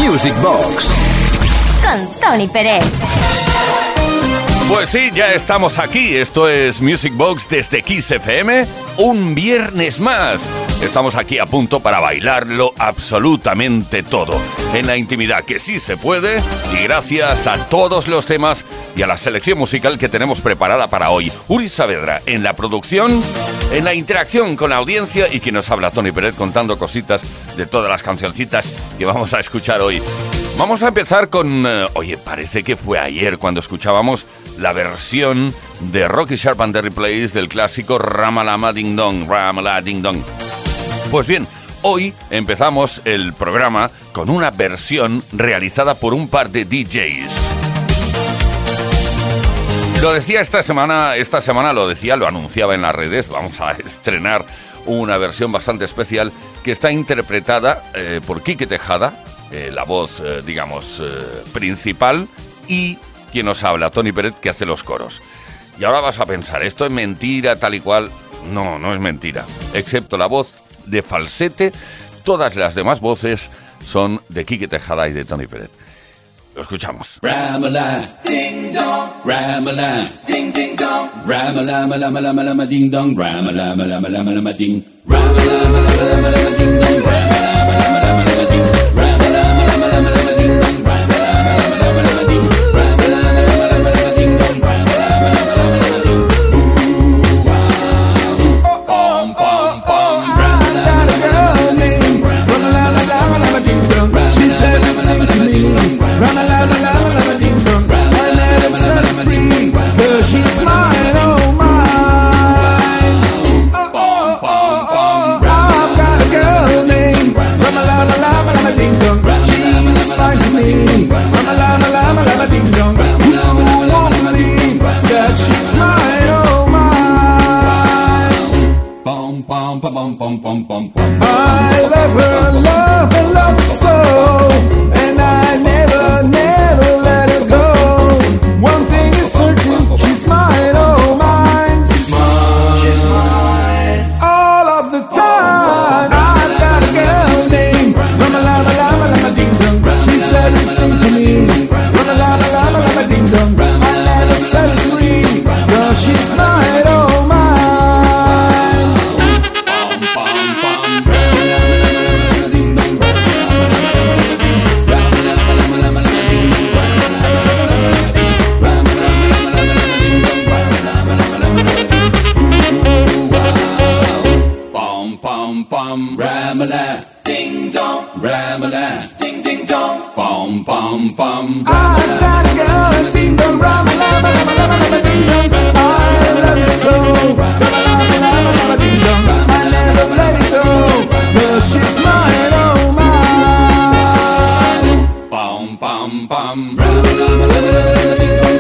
Music Box con Tony Pérez. Pues sí, ya estamos aquí. Esto es Music Box desde Kiss FM. Un viernes más. Estamos aquí a punto para bailarlo absolutamente todo. En la intimidad, que sí se puede. Y gracias a todos los temas y a la selección musical que tenemos preparada para hoy. Uri Saavedra en la producción, en la interacción con la audiencia y quien nos habla, Tony Pérez, contando cositas de todas las cancioncitas que vamos a escuchar hoy. Vamos a empezar con... oye, parece que fue ayer cuando escuchábamos la versión de Rocky Sharp and the Replays del clásico Ramalama Ding Dong, Ramalama Ding Dong. Pues bien, hoy empezamos el programa con una versión realizada por un par de DJs. Lo decía esta semana lo decía, lo anunciaba en las redes, vamos a estrenar una versión bastante especial que está interpretada por Quique Tejada, la voz, principal, y quien nos habla, Tony Pérez, que hace los coros. Y ahora vas a pensar, ¿esto es mentira, tal y cual? No, no es mentira. Excepto la voz de falsete, todas las demás voces son de Quique Tejada y de Tony Pérez. Lo escuchamos. Ramala, ding dong, ramala, ding ding dong, ramala, lama lama lama ding dong, ramala, lama lama lama ding, ramala, lama lama lama ding dong, ramala, lama lama lama ding, ramala, lama lama lama ding dong, ramala, lama lama lama ding, ramala, lama lama lama ding dong, ramala, lama lama lama ding. Ooh wow, pom pom pom, ramala, lama lama ding, ramala, lama lama ding dong, she said lama lama ding dong. Run a la la la la la ding dong, I let her set free, girl she's mine, oh mine. Pom pom pom, I've got a girl named Run a la la la la ding dong, she's like me. Run a la la la la ding dong, who won't believe that she's mine, oh mine. Pom pom pom pom pom pom pom. I love her, love her, love her so, and I never let her go. One thing is certain, she's mine, oh mine. She's mine, she's mine. All of the time, I've got a girl named Rama Ding Dong. She said everything to me. Rama Ding Dong. I let her set her free. Girl, she's mine, oh mine. Pom pom pom. Ramala, ding dong, ramala, ding ding dong, pom pom pom. I got a girl, ding dong, ramala, ding dong. I love you so, ramala, ding dong. I never let it go, girl, she's mine, oh mine. Pom pom pom, ramala, ding dong.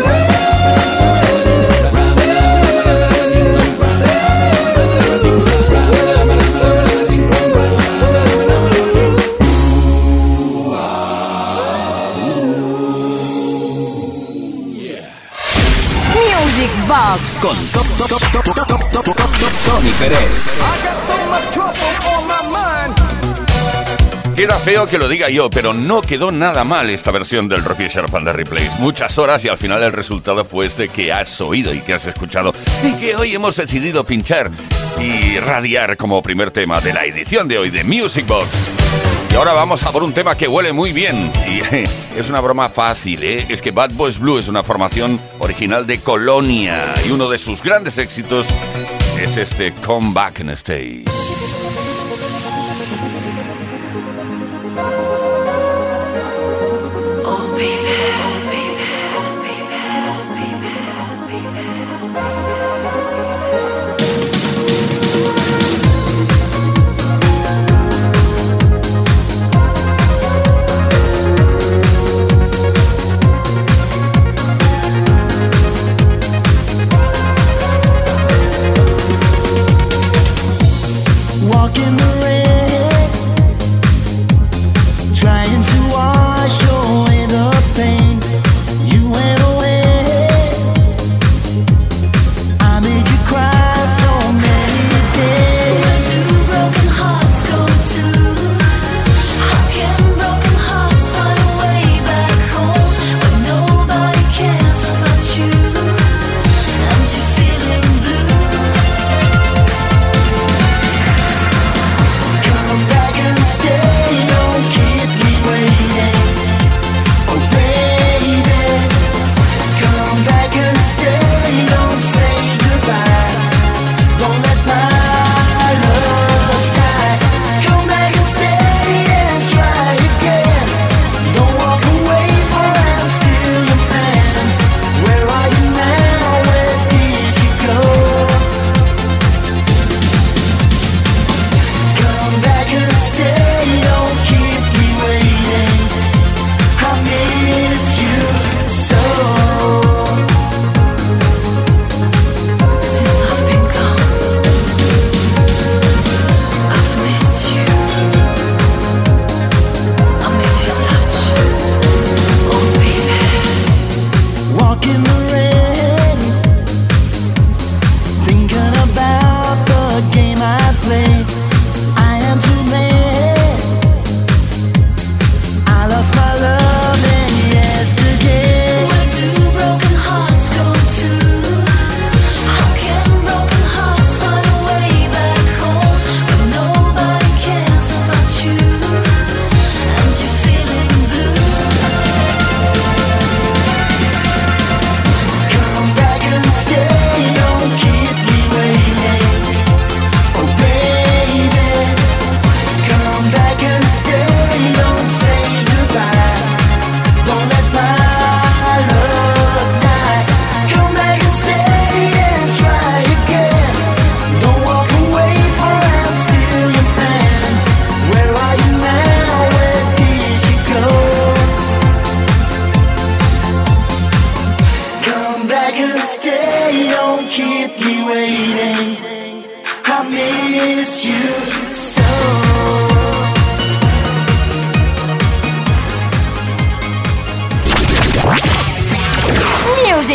Box con Tony Pérez. Queda feo que lo diga yo, pero no quedó nada mal esta versión del Rocky Sharp and the Replays. Muchas horas y al final el resultado fue este que has oído y que has escuchado y que hoy hemos decidido pinchar y radiar como primer tema de la edición de hoy de Music Box. Y ahora vamos a por un tema que huele muy bien. Y es una broma fácil, ¿eh? Es que Bad Boys Blue es una formación original de Colonia y uno de sus grandes éxitos es este Come Back and Stay.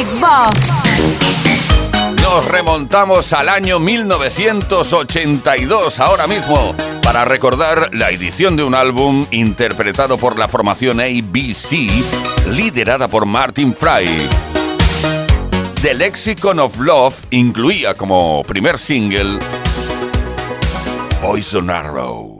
Music Box. Nos remontamos al año 1982, ahora mismo, para recordar la edición de un álbum interpretado por la formación ABC, liderada por Martin Fry. The Lexicon of Love incluía como primer single Poison Arrow.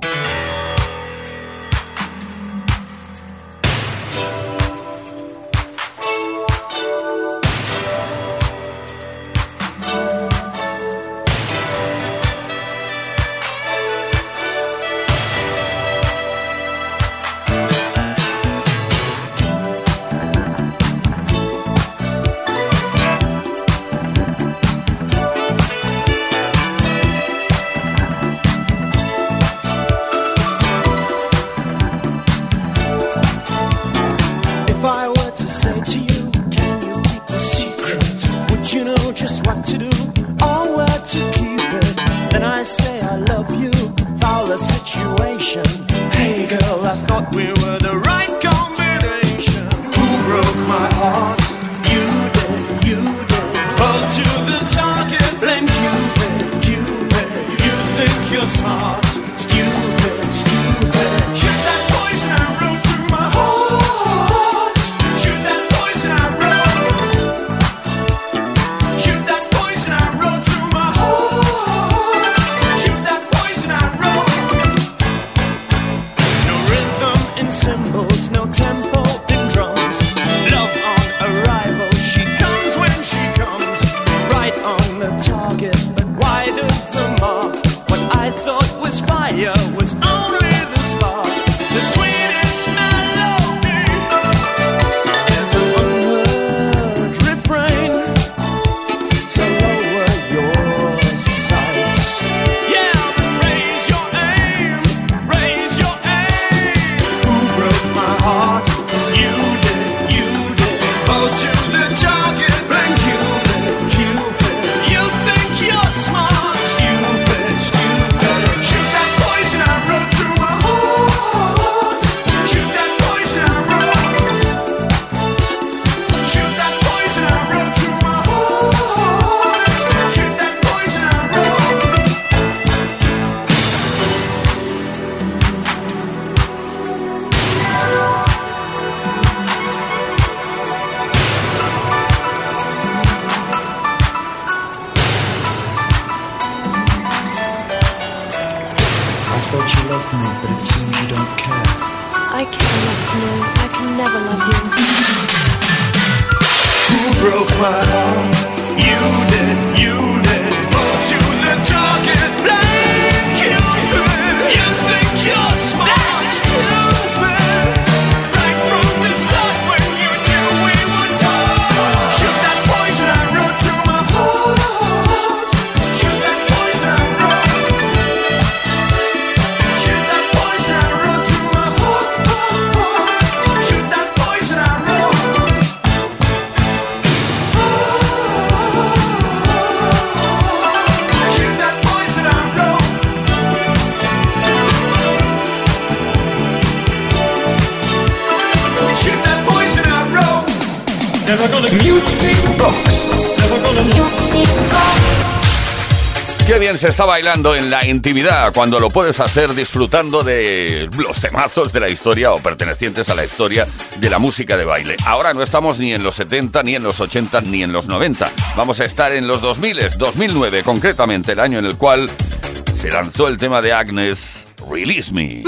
Qué bien se está bailando en la intimidad cuando lo puedes hacer disfrutando de los temazos de la historia o pertenecientes a la historia de la música de baile. Ahora no estamos ni en los 70, ni en los 80, ni en los 90. Vamos a estar en los 2000, 2009 concretamente, el año en el cual se lanzó el tema de Agnes, Release Me.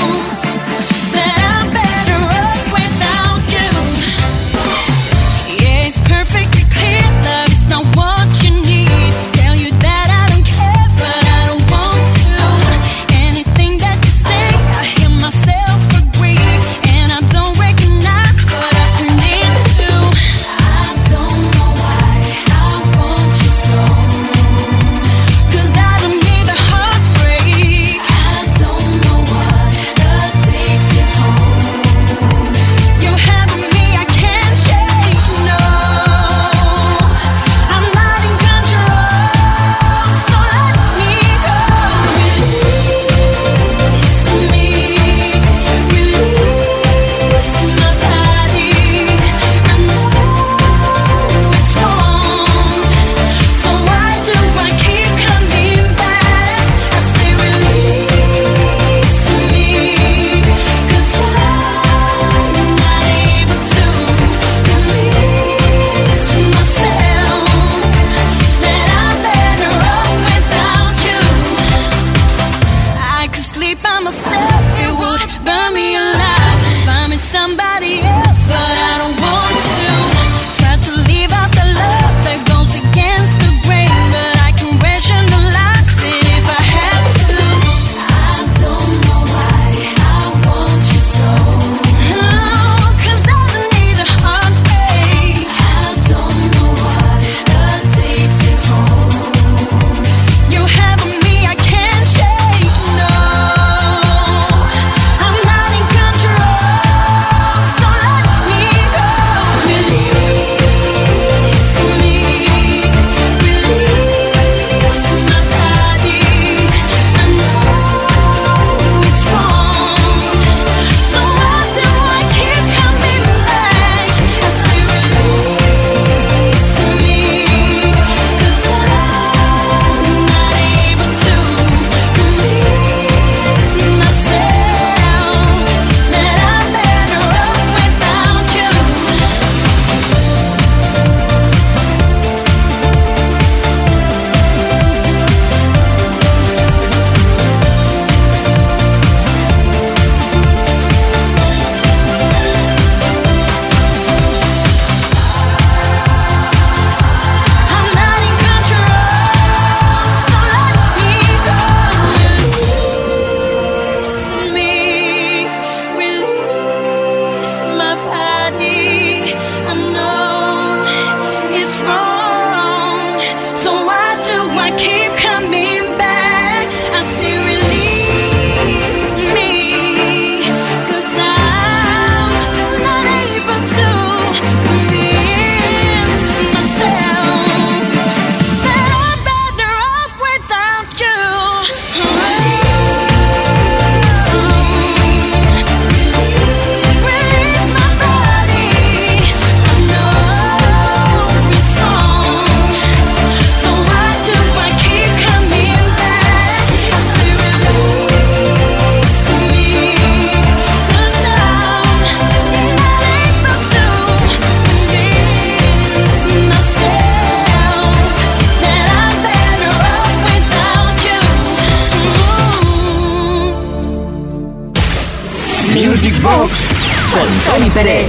Yeah. Box con Tony Pérez.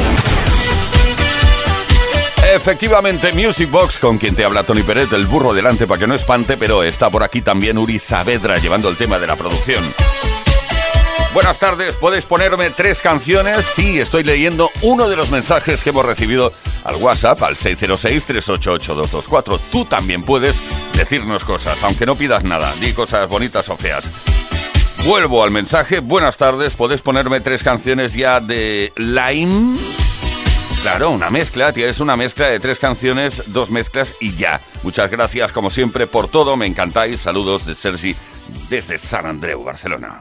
Efectivamente, Music Box, con quien te habla Tony Pérez, el burro delante para que no espante, pero está por aquí también Uri Saavedra llevando el tema de la producción. Buenas tardes, ¿puedes ponerme 3 canciones? Sí, estoy leyendo uno de los mensajes que hemos recibido al WhatsApp, al 606-388-224. Tú también puedes decirnos cosas, aunque no pidas nada, di cosas bonitas o feas. Vuelvo al mensaje. Buenas tardes, ¿puedes ponerme 3 canciones ya de Lime? Claro, una mezcla, tienes una mezcla de 3 canciones, 2 mezclas y ya. Muchas gracias, como siempre, por todo, me encantáis. Saludos de Sergi desde Sant Andreu, Barcelona.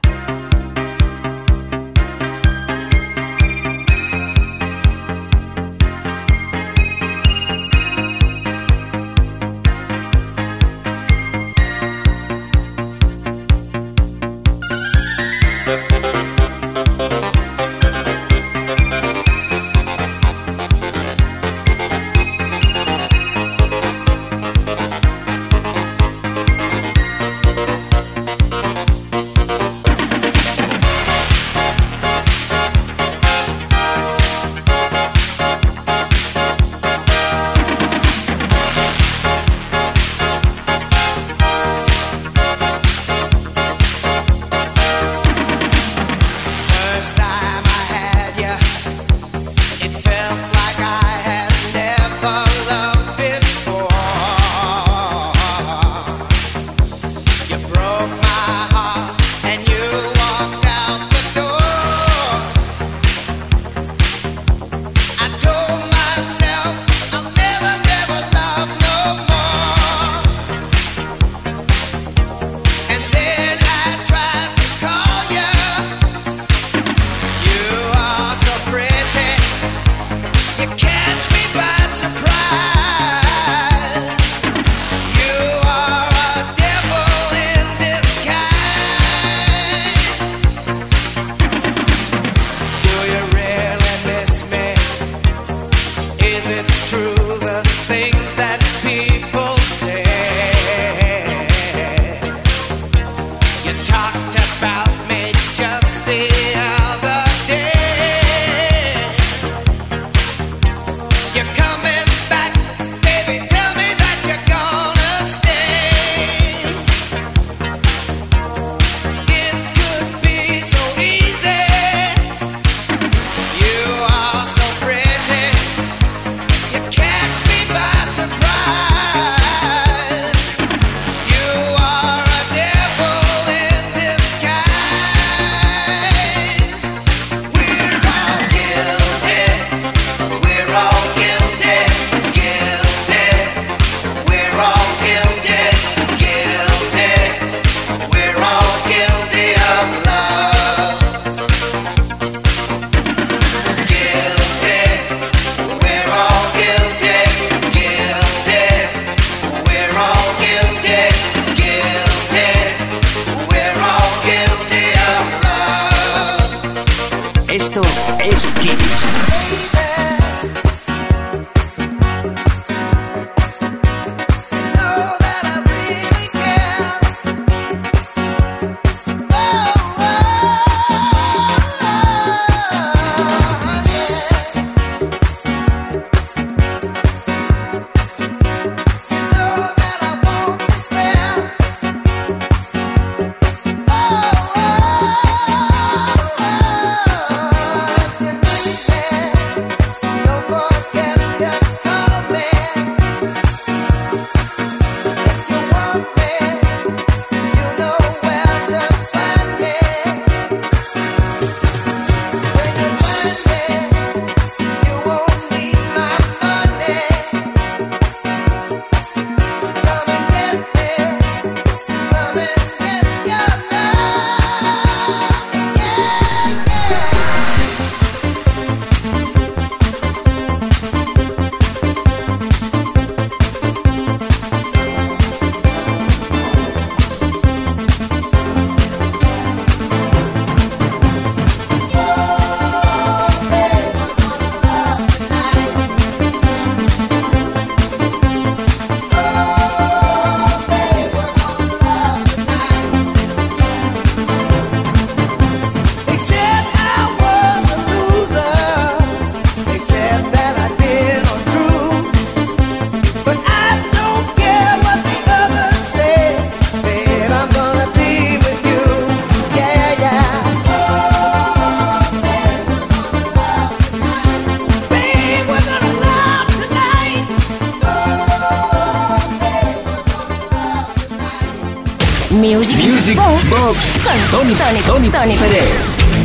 Music Box con Tony Pérez.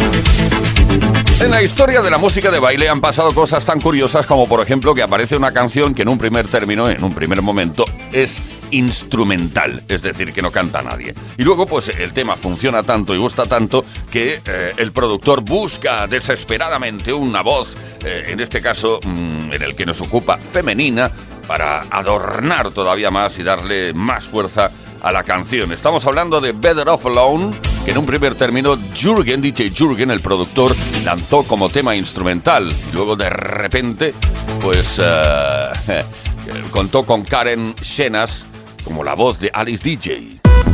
En la historia de la música de baile han pasado cosas tan curiosas como, por ejemplo, que aparece una canción que en un primer término, en un primer momento, es instrumental, es decir, que no canta nadie. Y luego, pues, el tema funciona tanto y gusta tanto que el productor busca desesperadamente una voz, en este caso, en el que nos ocupa, femenina, para adornar todavía más y darle más fuerza a la canción. Estamos hablando de Better Off Alone, que en un primer término DJ Jürgen, el productor, lanzó como tema instrumental. Y luego de repente, pues, contó con Karen Shenas como la voz de Alice DJ.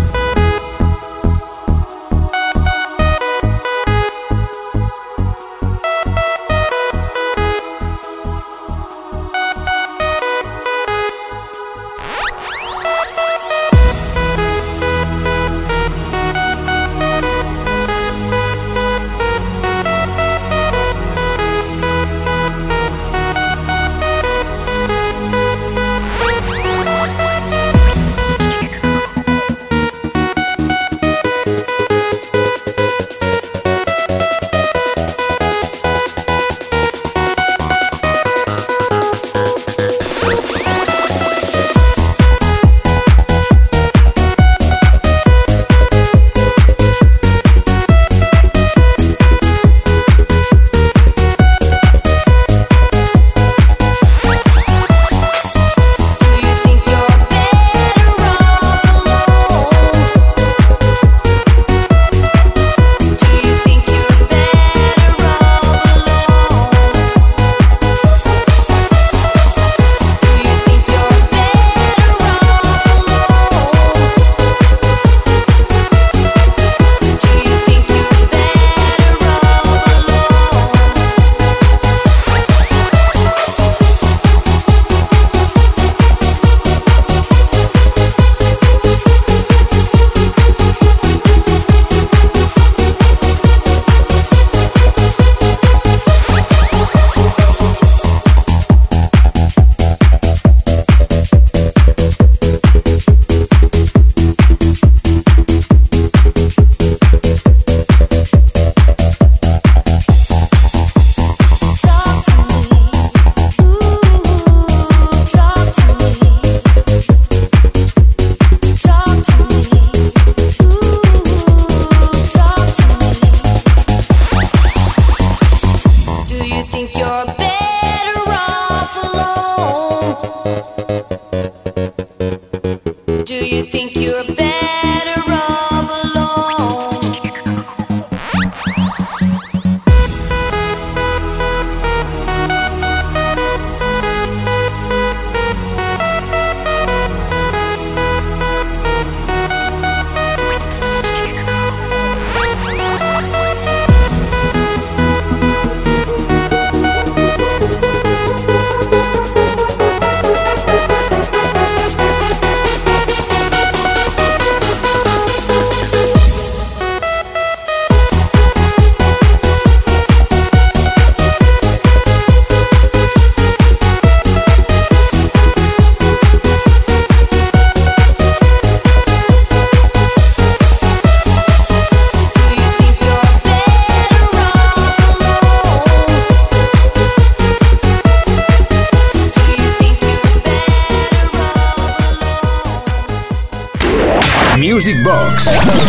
Music Box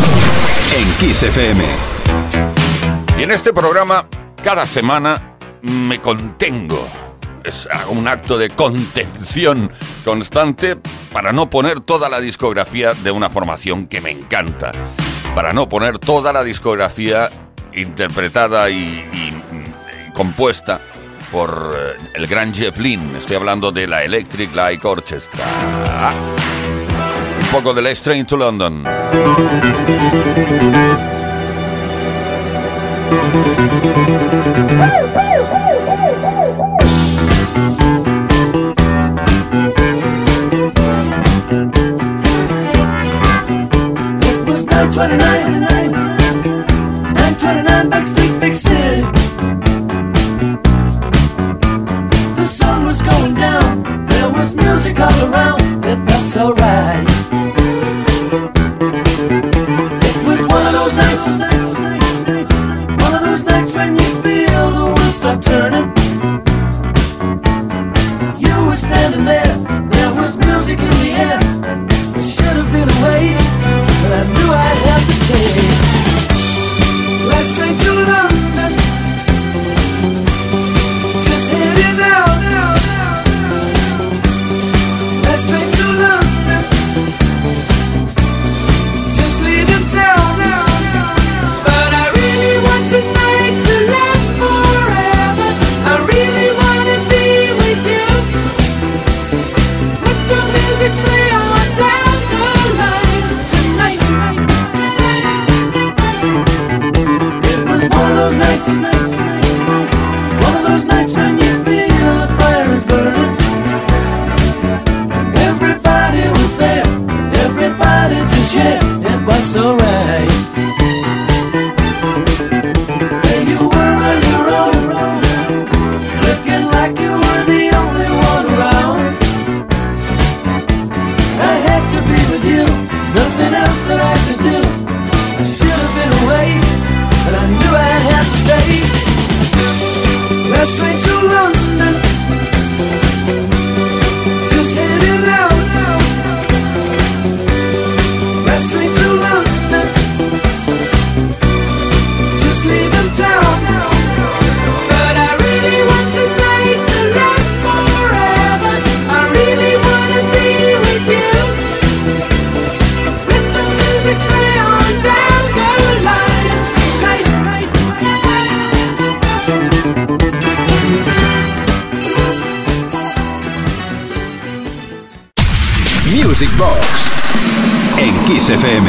en Kiss FM. Y en este programa, cada semana me contengo. Es un acto de contención constante para no poner toda la discografía de una formación que me encanta. Para no poner toda la discografía interpretada y compuesta por el gran Jeff Lynne. Estoy hablando de la Electric Light Orchestra. Un poco de Let's Train to London. It was 929 Backstreet Big City. The sun was going down, there was music all around. It felt so right. music play on down the line tonight. It was one of those nights, one of those nights when you feel the fire is burning. Everybody was there, everybody to share. It was so right. And you were on your own, looking like you were the only one around. I had to be with you, nothing else that I could do. I should have been away, but I knew I had to stay. Last train to London, just heading out. Last train to London, just leaving town. But I really want tonight to last forever. I really wanna be with you. Let the music play on down the line tonight. Music Box en Kiss FM.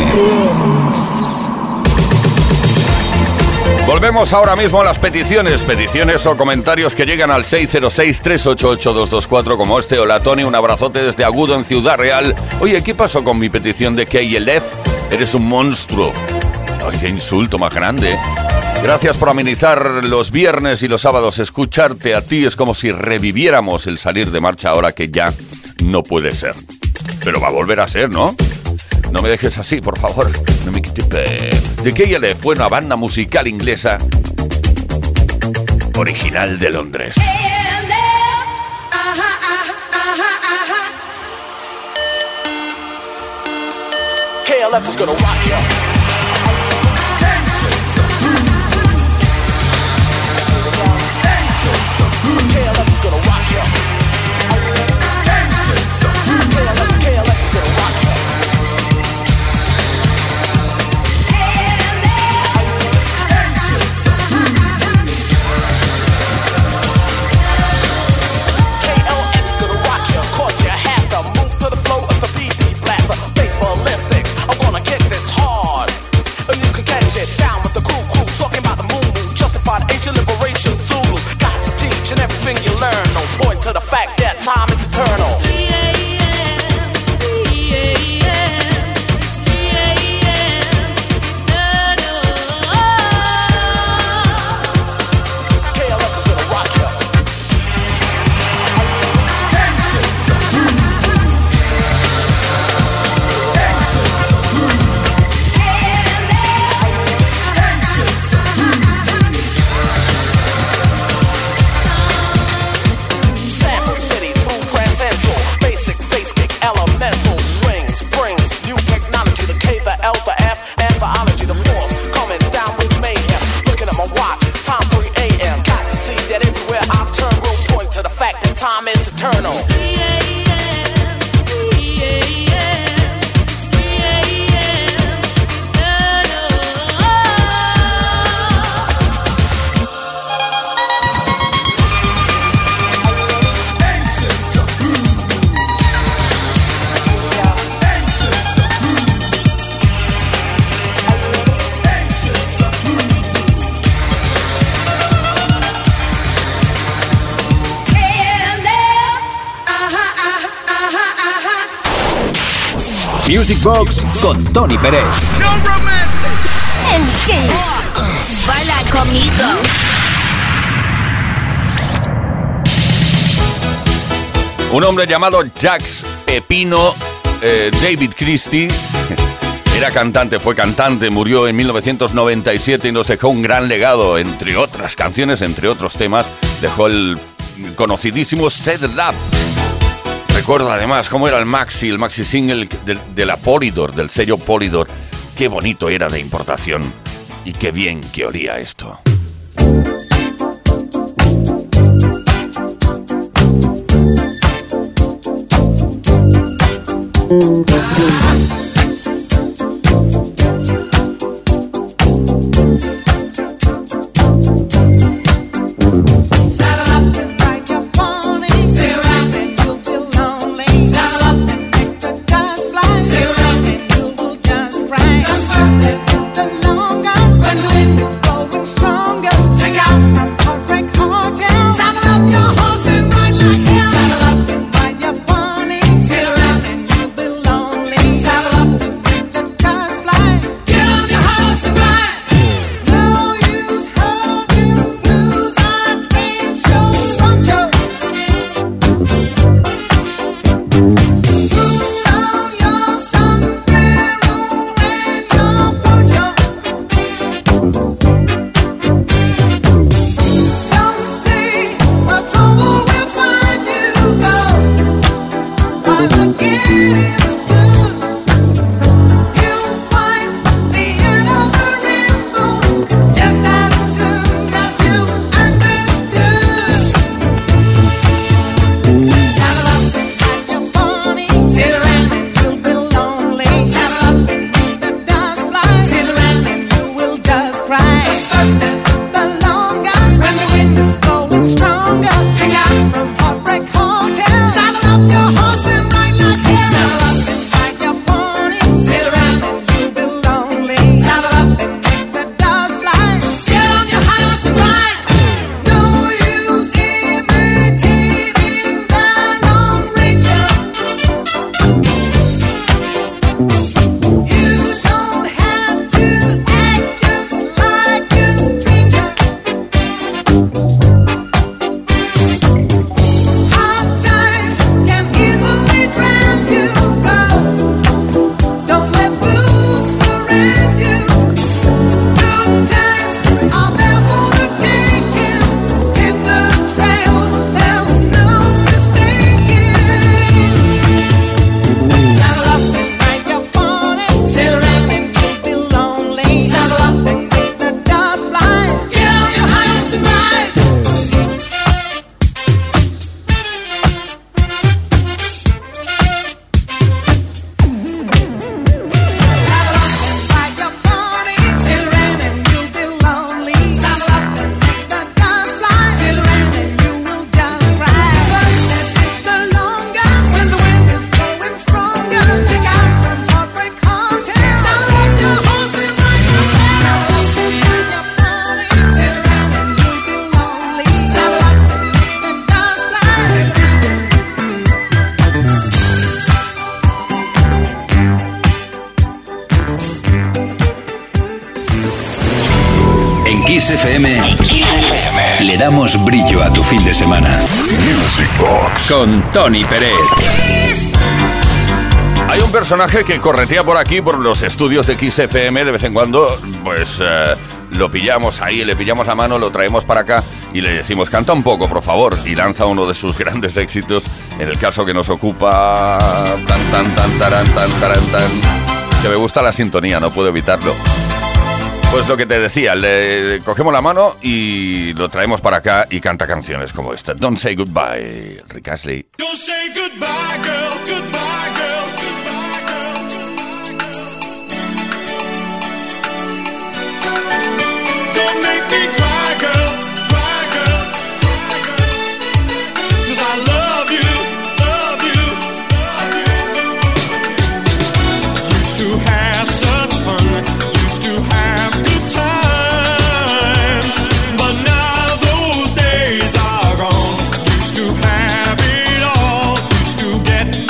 Volvemos ahora mismo a las peticiones o comentarios que llegan al 606-388-224 como este. Hola Tony, un abrazote desde Agudo en Ciudad Real. Oye, ¿qué pasó con mi petición de KLF? Eres un monstruo. Ay, qué insulto más grande. Gracias por amenizar los viernes y los sábados. Escucharte a ti es como si reviviéramos el salir de marcha ahora que ya no puede ser. Pero va a volver a ser, ¿no? No me dejes así, por favor. No me quites. The KLF fue una banda musical inglesa original de Londres. KLF is gonna rock you. KLF is gonna rock you. KLF is gonna rock you. Everything you learn, no point to the fact that time is eternal. KLF is gonna rock you. Time is eternal. Music Box con Tony Pérez. En Kiss. Baila conmigo. Un hombre llamado Jacques Pepino David Christie era cantante, fue cantante, murió en 1997 y nos dejó un gran legado, entre otras canciones, entre otros temas, dejó el conocidísimo Set It Up. Recuerdo además cómo era el maxi single de la Polydor, del sello Polydor. Qué bonito era de importación y qué bien que olía esto. Saddle up and ride your pony. Sit around and you'll feel lonely. Saddle up and make Kiss FM le damos brillo a tu fin de semana. Music Box con Tony Pérez. Hay un personaje que corretea por aquí, por los estudios de Kiss FM, de vez en cuando, pues lo pillamos ahí, le pillamos la mano, lo traemos para acá y le decimos, canta un poco, por favor, y lanza uno de sus grandes éxitos, en el caso que nos ocupa, tan, tan, tan, taran, tan, taran, tan, que me gusta la sintonía, no puedo evitarlo. Pues lo que te decía, le cogemos la mano y lo traemos para acá y canta canciones como esta. Don't Say Goodbye, Rick Astley. Don't say goodbye, girl, goodbye, girl, goodbye, girl. Don't make me cry, girl, cry, girl, cry, girl. 'Cause I love you, love you, love you. Used to have such fun, used to have good times, but now those days are gone. Used to have it all, used to get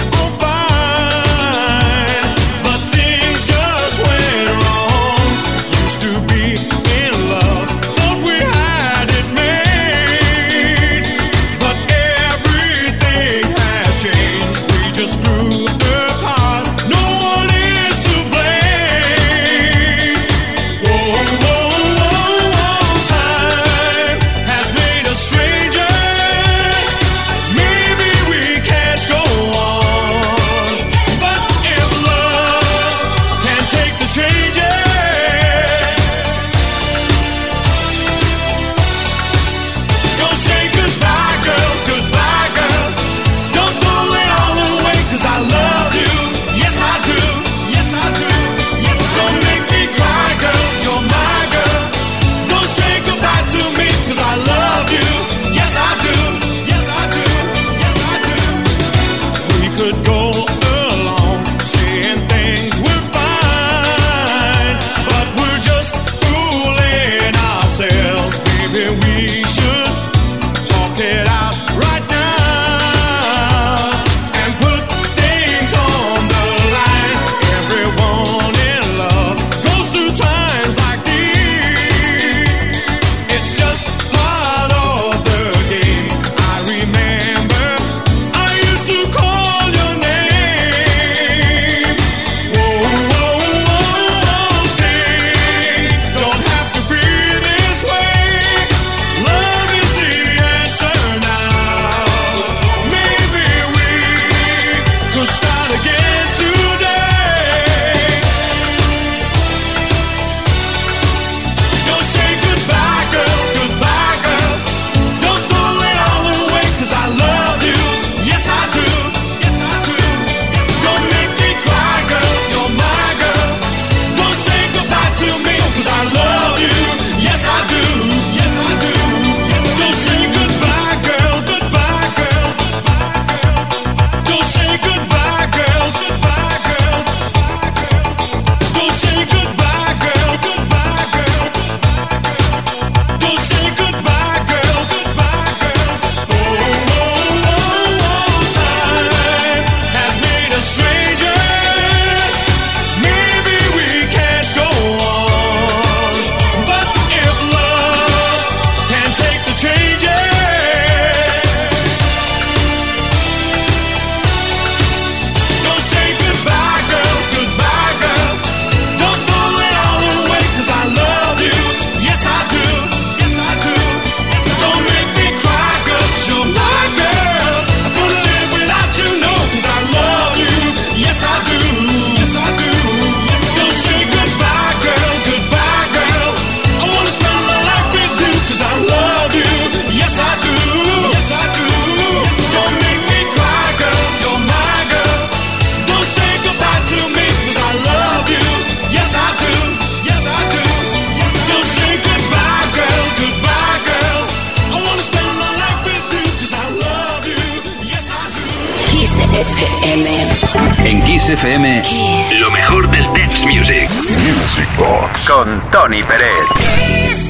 En Kiss FM, lo mejor del dance music. Music Box Con Tony Pérez.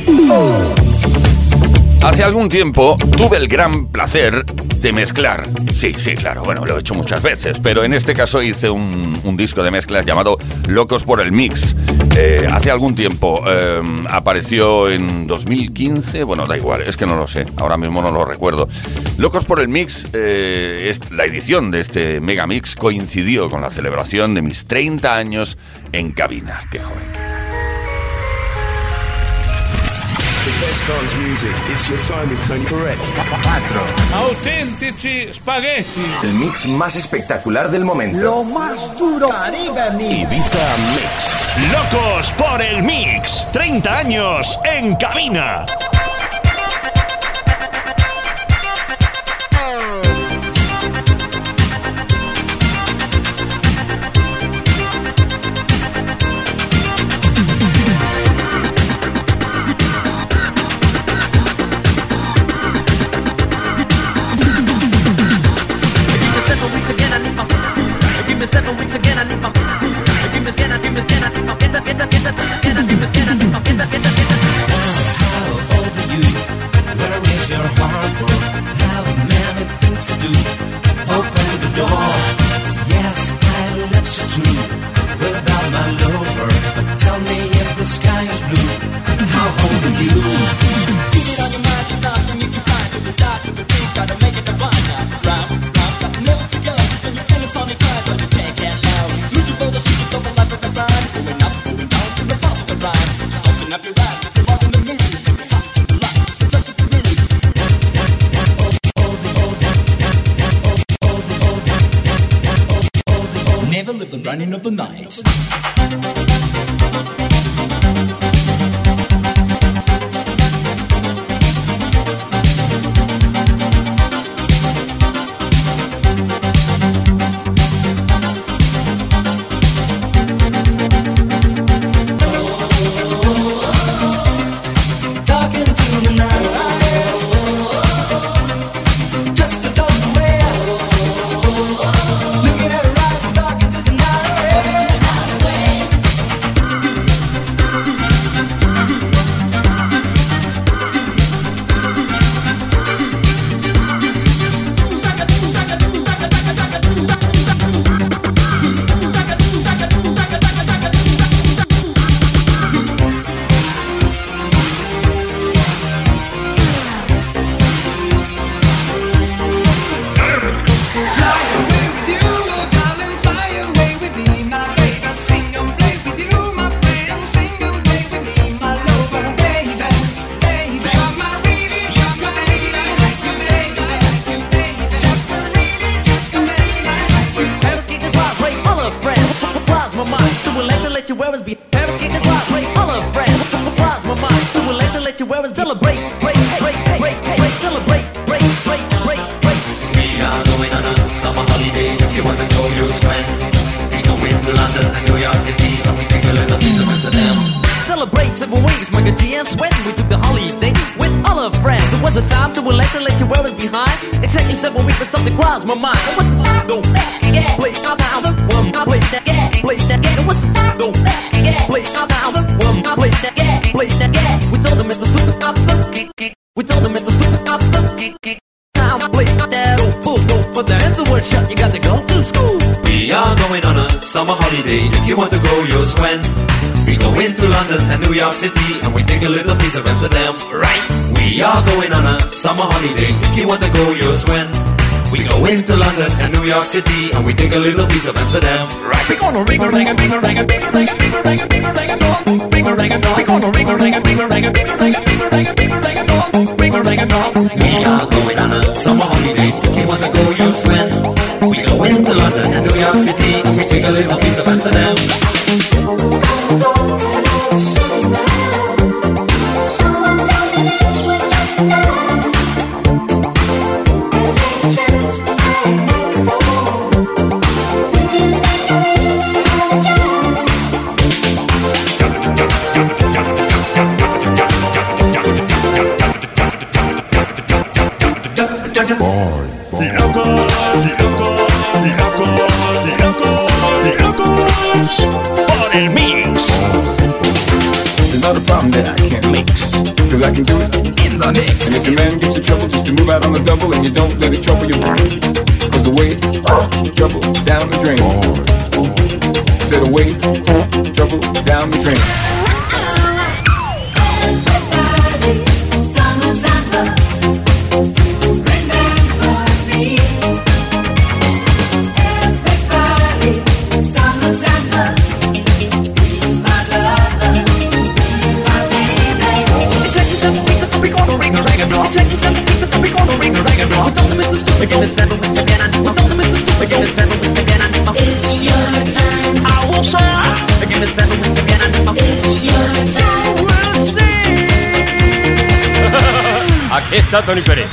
Hace algún tiempo tuve el gran placer de mezclar. Sí, claro, bueno, lo he hecho muchas veces, pero en este caso hice un disco de mezclas llamado Locos por el Mix. Hace algún tiempo apareció en 2015, bueno, da igual, es que no lo sé, ahora mismo no lo recuerdo. Locos por el Mix, la edición de este megamix coincidió con la celebración de mis 30 años en cabina. ¡Qué joven! The best dance music. It's your time with Tony Pérez. 4. Autentici spaghetti. El mix más espectacular del momento. Lo más duro. Caribe Mix. Ibiza Mix. Locos por el Mix. 30 años en cabina. Running of the night. City and we take a little piece of Amsterdam, right? We are going on a summer holiday. If you want to go, you'll swim. We go into London and New York City and we take a little piece of Amsterdam, right? We're gonna ring a rang a ding a rang a ding a rang a ding a rang a ding a rang a dong, ring a rang a dong. We're gonna ring a rang a ding a rang a ding a rang a ding a rang a ding a rang a dong, ring a rang a dong. We are going on a summer holiday. If you want to go, you'll swim. We go into London and New York City and we take a little piece of Amsterdam. Locos, locos, locos. something that I can't mix. Cause I can do it in the mix. And if the man gives you trouble, just to move out on the double and you don't let it trouble your brain. Cause away, trouble down the drain. Said away, trouble down the drain. Aquí está Tony Pérez.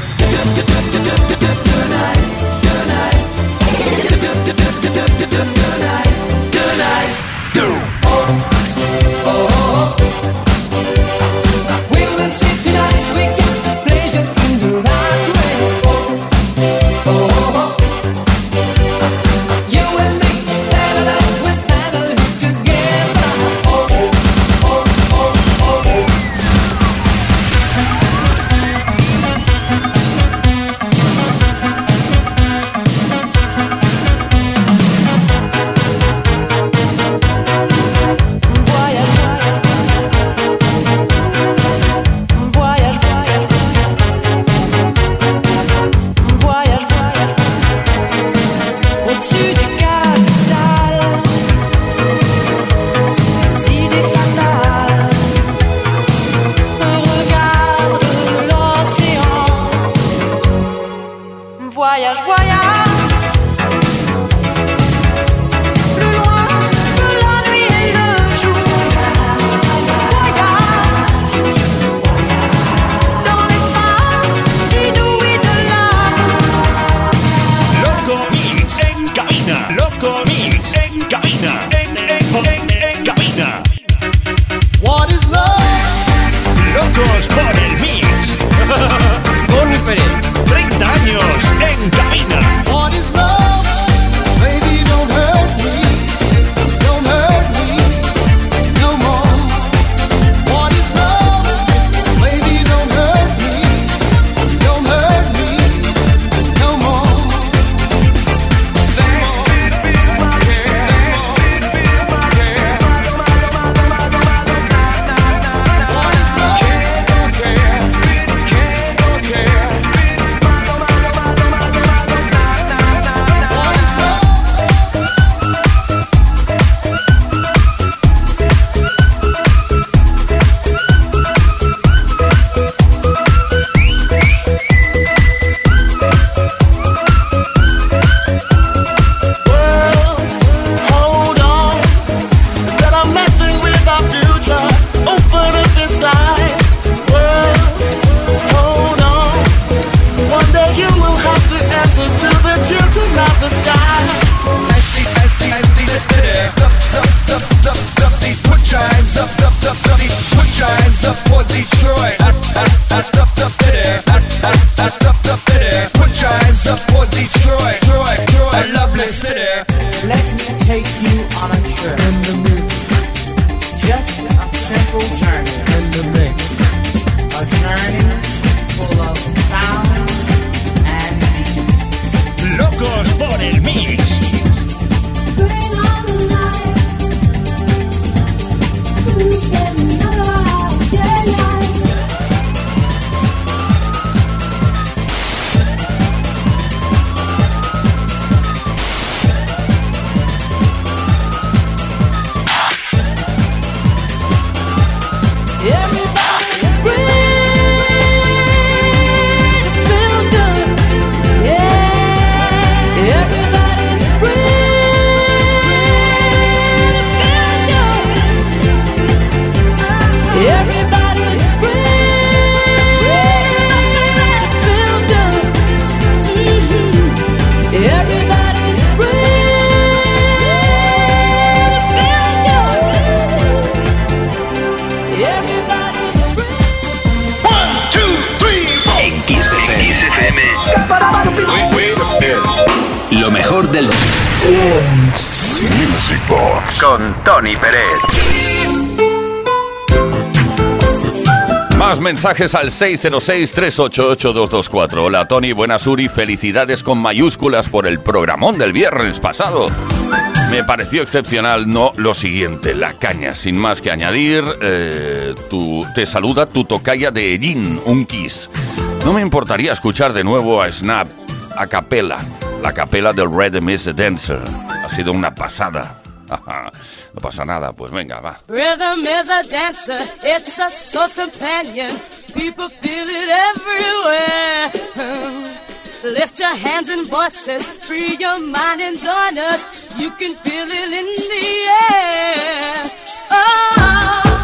Lo mejor del Music Box con Tony Pérez. Más mensajes al 606-388-224. Hola Tony, buenas Uri, felicidades con mayúsculas por el programón del viernes pasado. Me pareció excepcional, no lo siguiente, la caña. Sin más que añadir, te saluda tu tocaya de Ellín, un kiss. No me importaría escuchar de nuevo a Snap a capela, la capela del Rhythm is a Dancer. Ha sido una pasada. No pasa nada, pues venga, va. Rhythm is a dancer, it's a source companion. People feel it everywhere. Lift your hands and voices, free your mind and join us. You can feel it in the air. Oh.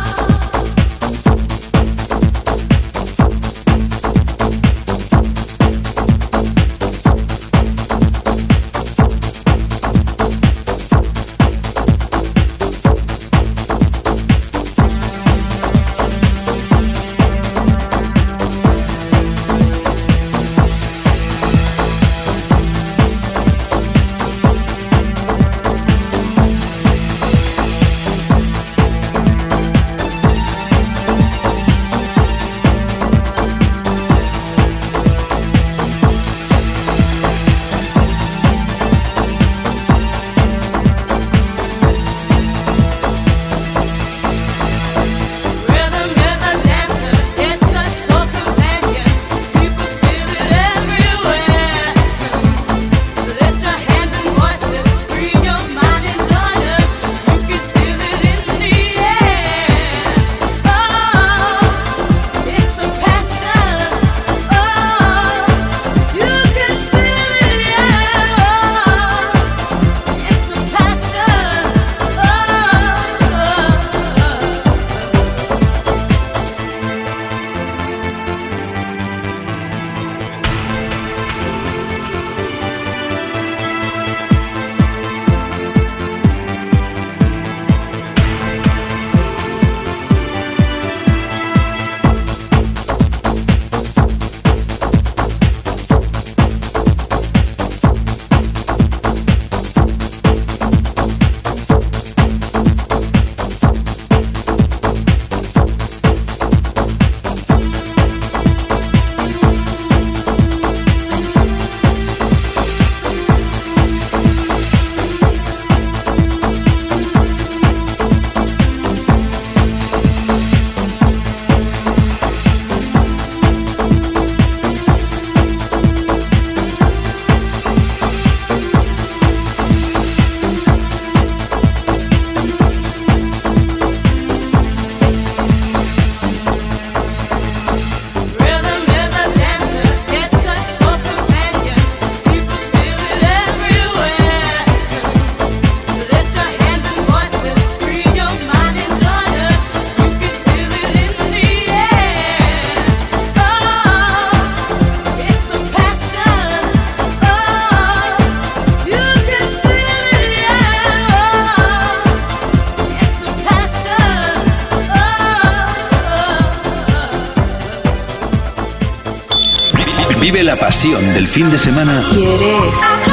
Vive la pasión del fin de semana. ¿Quieres?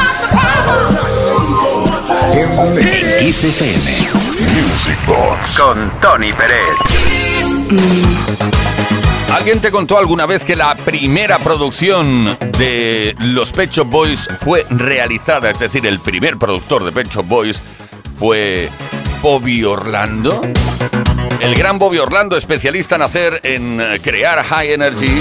En Kiss FM. Music Box con Tony Pérez. ¿Alguien te contó alguna vez que la primera producción de los Pet Shop Boys fue realizada? Es decir, el primer productor de Pet Shop Boys fue Bobby Orlando. El gran Bobby Orlando, especialista en crear high energy.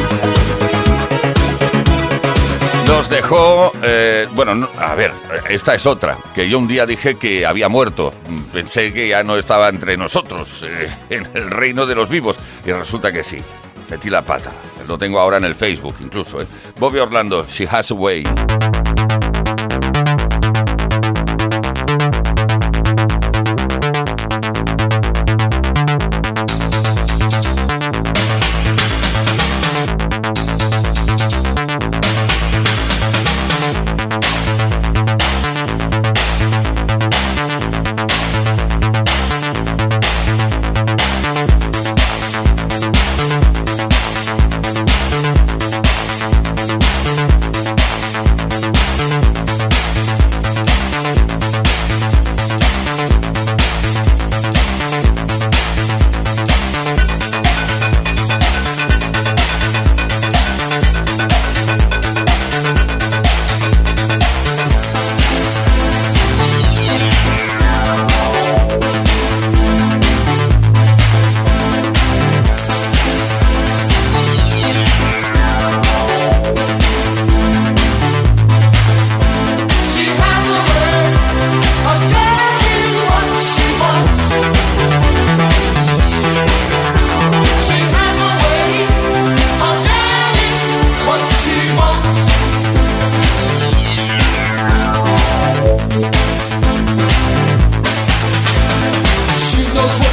Nos dejó, esta es otra, que yo un día dije que había muerto. Pensé que ya no estaba entre nosotros, en el reino de los vivos, y resulta que sí. Metí la pata. Lo tengo ahora en el Facebook incluso. Bobby Orlando, She Has a Way.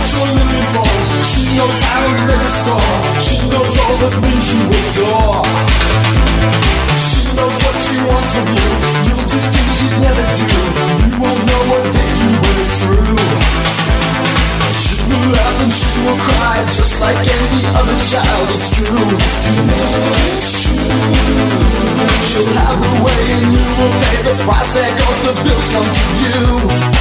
what you're living for. She knows how to make a score. She knows all the things you adore. She knows what she wants from you. You'll do things you'd never do. You won't know what hit you when it's through. She will laugh and she will cry, just like any other child, it's true. You know it's true. She'll have her way and you will pay the price. There goes the bills come to you.